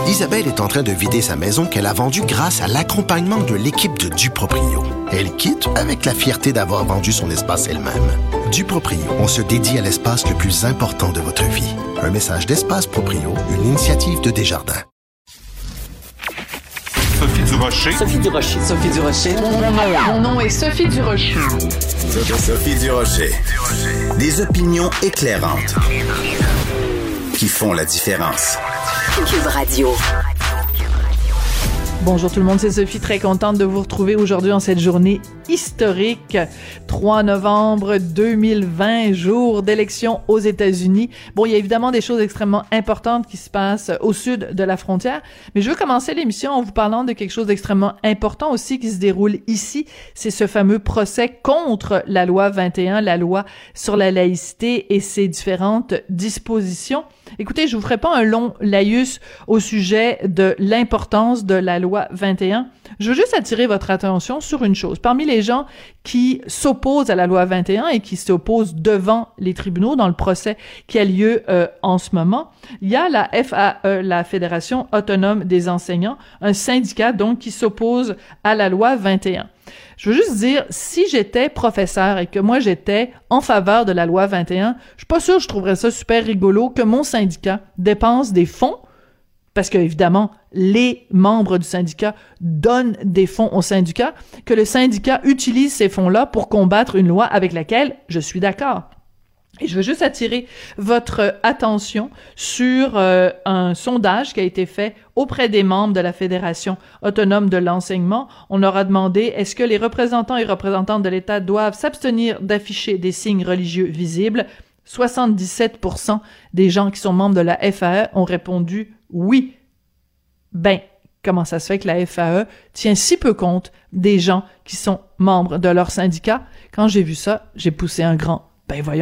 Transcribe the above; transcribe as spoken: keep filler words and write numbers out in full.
Isabelle est en train de vider sa maison qu'elle a vendue grâce à l'accompagnement de l'équipe de Duproprio. Elle quitte avec la fierté d'avoir vendu son espace elle-même. Duproprio, on se dédie à l'espace le plus important de votre vie. Un message d'Espace Proprio, une initiative de Desjardins. Sophie Durocher. Sophie Durocher. Sophie Durocher. Mon nom, mon nom est Sophie Durocher. Sophie Durocher. Des opinions éclairantes qui font la différence. Cube Radio. Bonjour tout le monde, c'est Sophie, très contente de vous retrouver aujourd'hui en cette journée historique, trois novembre deux mille vingt, jour d'élection aux États-Unis. Bon, il y a évidemment des choses extrêmement importantes qui se passent au sud de la frontière, mais je veux commencer l'émission en vous parlant de quelque chose d'extrêmement important aussi qui se déroule ici. C'est ce fameux procès contre la loi vingt et un, la loi sur la laïcité et ses différentes dispositions. Écoutez, je vous ferai pas un long laïus au sujet de l'importance de la loi vingt et un. Je veux juste attirer votre attention sur une chose. Parmi les gens qui s'opposent à la loi vingt et un et qui s'opposent devant les tribunaux dans le procès qui a lieu euh, en ce moment, il y a la F A E, la Fédération autonome des enseignants, un syndicat donc qui s'oppose à la loi vingt et un. Je veux juste dire, si j'étais professeur et que moi j'étais en faveur de la loi vingt et un, je suis pas sûre que je trouverais ça super rigolo que mon syndicat dépense des fonds, parce que évidemment les membres du syndicat donnent des fonds au syndicat, que le syndicat utilise ces fonds-là pour combattre une loi avec laquelle je suis d'accord. Et je veux juste attirer votre attention sur euh, un sondage qui a été fait auprès des membres de la Fédération autonome de l'enseignement. On leur a demandé, est-ce que les représentants et représentantes de l'État doivent s'abstenir d'afficher des signes religieux visibles? soixante-dix-sept pour cent des gens qui sont membres de la F A E ont répondu oui. Ben, comment ça se fait que la F A E tient si peu compte des gens qui sont membres de leur syndicat? Quand j'ai vu ça, j'ai poussé un grand « ben voyons donc ».